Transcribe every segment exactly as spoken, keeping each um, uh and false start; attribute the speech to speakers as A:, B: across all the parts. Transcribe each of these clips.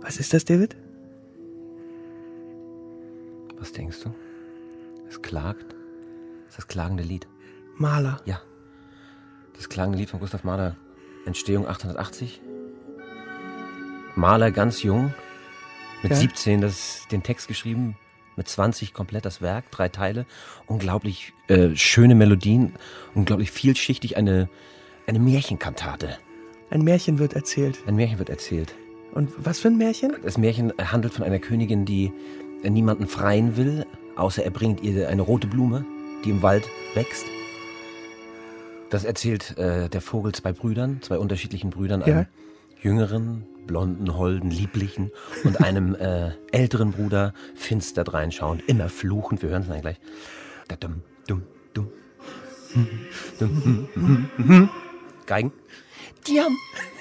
A: Was ist das, David?
B: Was denkst du? Es klagt. Das ist das klagende Lied.
A: Mahler.
B: Ja. Das klagende Lied von Gustav Mahler. Entstehung achtzehnhundertachtzig. Mahler ganz jung. Mit ja. siebzehn das, den Text geschrieben. Mit zwanzig komplett das Werk. Drei Teile. Unglaublich äh, schöne Melodien. Unglaublich vielschichtig. Eine, eine Märchenkantate.
A: Ein Märchen wird erzählt.
B: Ein Märchen wird erzählt.
A: Und was für ein Märchen?
B: Das Märchen handelt von einer Königin, die niemanden freien will, außer er bringt ihr eine rote Blume, die im Wald wächst. Das erzählt äh, der Vogel zwei Brüdern, zwei unterschiedlichen Brüdern,
A: ja.
B: einem jüngeren, blonden, holden, lieblichen und einem äh, älteren Bruder, finster dreinschauend, immer fluchend. Wir hören es dann gleich. Da dumm, dumm, dumm. Dumm, dumm, dumm. Geigen. Die haben...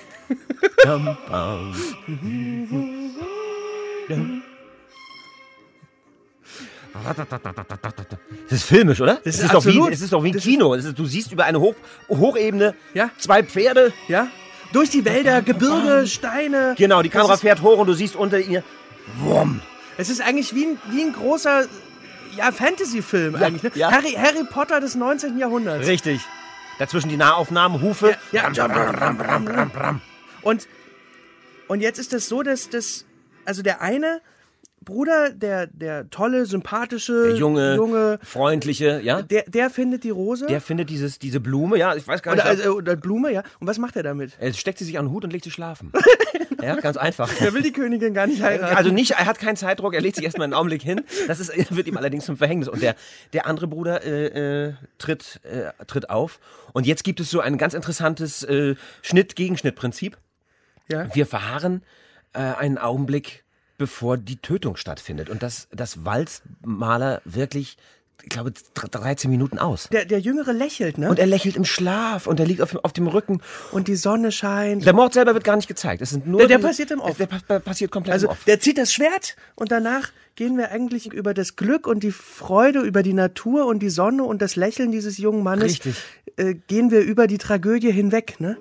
B: Das ist filmisch, oder?
A: Das ist,
B: ist doch wie, es ist doch wie ein Kino. Ist, du siehst über eine Hoch, Hochebene
A: ja.
B: zwei Pferde.
A: Ja. Durch die Wälder, Gebirge, Steine.
B: Genau, die Kamera fährt hoch und du siehst unter ihr... Wumm.
A: Es ist eigentlich wie ein, wie ein großer ja, Fantasy-Film.
B: Ja,
A: eigentlich. Ne?
B: ja.
A: Harry, Harry Potter des neunzehnten Jahrhunderts.
B: Richtig. Dazwischen die Nahaufnahmen, Hufe.
A: Ja, ja.
B: Ram, ram, ram, ram, ram.
A: Und, und jetzt ist das so, dass das, also der eine Bruder, der, der tolle, sympathische,
B: der junge,
A: junge,
B: freundliche, ja,
A: der, der findet die Rose.
B: Der findet dieses, diese Blume, ja, ich weiß gar nicht.
A: Oder, also, oder Blume, ja. Und was macht er damit?
B: Er steckt sie sich an den Hut und legt sie schlafen. Ja, ganz einfach.
A: Er will die Königin gar nicht heiraten.
B: Also nicht, er hat keinen Zeitdruck, er legt sich erstmal einen Augenblick hin. Das ist, wird ihm allerdings zum Verhängnis. Und der, der andere Bruder äh, äh, tritt, äh, tritt auf. Und jetzt gibt es so ein ganz interessantes äh, Schnitt-Gegenschnitt-Prinzip.
A: Ja.
B: Wir verharren äh, einen Augenblick, bevor die Tötung stattfindet. Und das, das walzt Mahler wirklich, ich glaube, dreizehn Minuten aus.
A: Der, der Jüngere lächelt, ne?
B: Und er lächelt im Schlaf und er liegt auf, auf dem Rücken.
A: Und die Sonne scheint.
B: Der Mord selber wird gar nicht gezeigt. Es sind nur
A: der, der
B: die,
A: passiert im Off.
B: Der, der passiert komplett
A: also,
B: im Off.
A: Der zieht das Schwert und danach gehen wir eigentlich über das Glück und die Freude, über die Natur und die Sonne und das Lächeln dieses jungen Mannes.
B: Richtig.
A: Äh, gehen wir über die Tragödie hinweg, ne?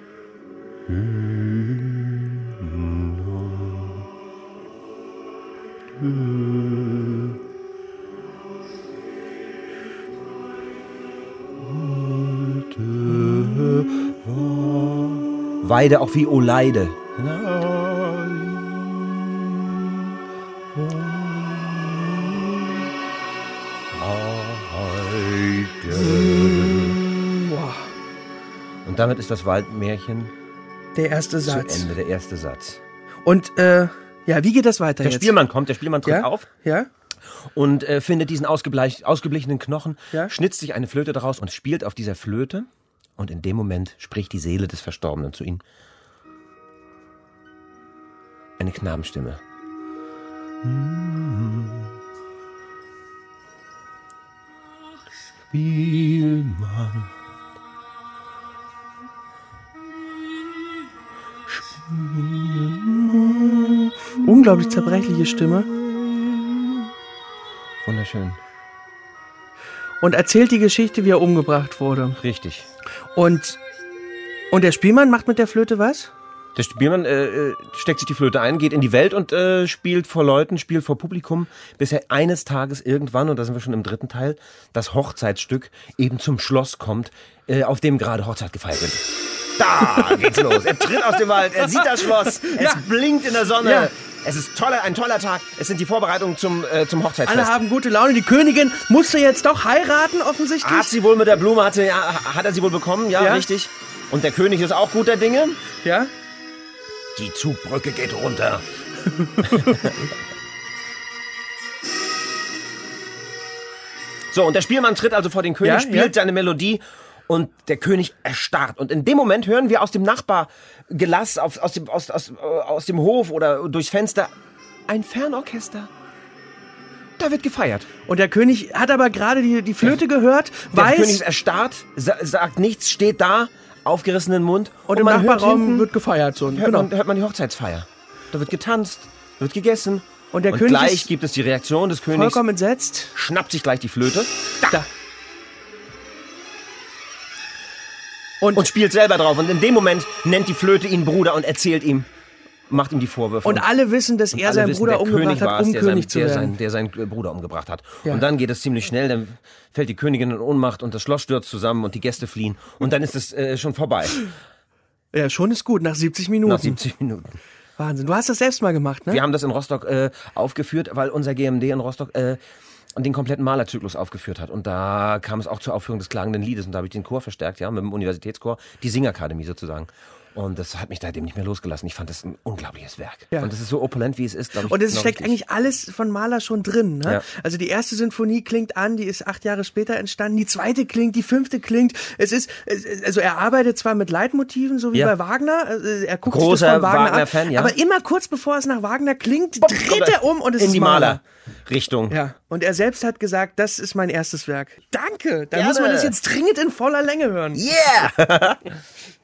B: Weide auch wie O Leide. Und damit ist das Waldmärchen
A: der erste Satz.
B: Zu Ende, der erste Satz.
A: Und äh, ja, wie geht das weiter
B: der
A: jetzt?
B: Der Spielmann kommt, der Spielmann tritt
A: ja?
B: auf.
A: Ja.
B: Und äh, findet diesen ausgeblichenen Knochen,
A: ja?
B: schnitzt sich eine Flöte daraus und spielt auf dieser Flöte. Und in dem Moment spricht die Seele des Verstorbenen zu ihm. Eine Knabenstimme. Spielmann.
A: Spielmann. Unglaublich zerbrechliche Stimme.
B: Wunderschön.
A: Und erzählt die Geschichte, wie er umgebracht wurde.
B: Richtig.
A: Und, und der Spielmann macht mit der Flöte was?
B: Der Spielmann äh, steckt sich die Flöte ein, geht in die Welt und äh, spielt vor Leuten, spielt vor Publikum, bis er eines Tages irgendwann, und da sind wir schon im dritten Teil, das Hochzeitsstück eben zum Schloss kommt, äh, auf dem gerade Hochzeit gefeiert wird. Da geht's los. Er tritt aus dem Wald, er sieht das Schloss, es ja. blinkt in der Sonne. Ja. Es ist tolle, ein toller Tag. Es sind die Vorbereitungen zum, äh, zum Hochzeitsfest.
A: Alle haben gute Laune. Die Königin musste jetzt doch heiraten, offensichtlich.
B: Hat sie wohl mit der Blume, hat, sie, ja, hat er sie wohl bekommen, ja, ja, richtig. Und der König ist auch guter Dinge.
A: Ja.
B: Die Zugbrücke geht runter. So, und der Spielmann tritt also vor den König,
A: ja,
B: spielt
A: ja.
B: seine Melodie. Und der König erstarrt. Und in dem Moment hören wir aus dem Nachbargelass, aus, aus, dem, aus, aus, aus dem Hof oder durchs Fenster ein Fernorchester. Da wird gefeiert.
A: Und der König hat aber gerade die, die Flöte der, gehört,
B: der
A: weiß...
B: Der König ist erstarrt, sa- sagt nichts, steht da, aufgerissenen Mund.
A: Und, und im Nachbarraum hinten, wird gefeiert. So.
B: Hört,
A: genau.
B: man, hört man die Hochzeitsfeier. Da wird getanzt, wird gegessen.
A: Und, der
B: und
A: König
B: gleich gibt es die Reaktion des Königs.
A: Vollkommen entsetzt.
B: Schnappt sich gleich die Flöte. Da.
A: da.
B: Und, und spielt selber drauf. Und in dem Moment nennt die Flöte ihn Bruder und erzählt ihm, macht ihm die Vorwürfe.
A: Und, und alle wissen, dass er seinen Bruder umgebracht hat, um König zu werden.
B: Der seinen Bruder umgebracht hat. Ja. Und dann geht es ziemlich schnell, dann fällt die Königin in Ohnmacht und das Schloss stürzt zusammen und die Gäste fliehen. Und dann ist es äh, schon vorbei.
A: Ja, schon ist gut, nach siebzig Minuten.
B: Nach siebzig Minuten.
A: Wahnsinn. Du hast das selbst mal gemacht, ne?
B: Wir haben das in Rostock äh, aufgeführt, weil unser G M D in Rostock äh, den kompletten Malerzyklus aufgeführt hat. Und da kam es auch zur Aufführung des Klagenden Liedes. Und da habe ich den Chor verstärkt, ja, mit dem Universitätschor, die Singakademie sozusagen. Und das hat mich seitdem nicht mehr losgelassen. Ich fand das ein unglaubliches Werk. Ja. Und es ist so opulent, wie es ist, glaube ich.
A: Und es steckt richtig. Eigentlich alles von Mahler schon drin. Ne? Ja. Also die erste Sinfonie klingt an, die ist acht Jahre später entstanden. Die zweite klingt, die fünfte klingt. Es ist, also er arbeitet zwar mit Leitmotiven, so wie ja. bei Wagner. Er guckt
B: Großer
A: sich das von Wagner,
B: Wagner Fan,
A: an.
B: Ja.
A: Aber immer kurz bevor es nach Wagner klingt, dreht er um und es
B: in
A: ist
B: die
A: Mahler.
B: Richtung.
A: Ja. Und er selbst hat gesagt, das ist mein erstes Werk. Danke. Da muss man das jetzt dringend in voller Länge hören.
B: Yeah!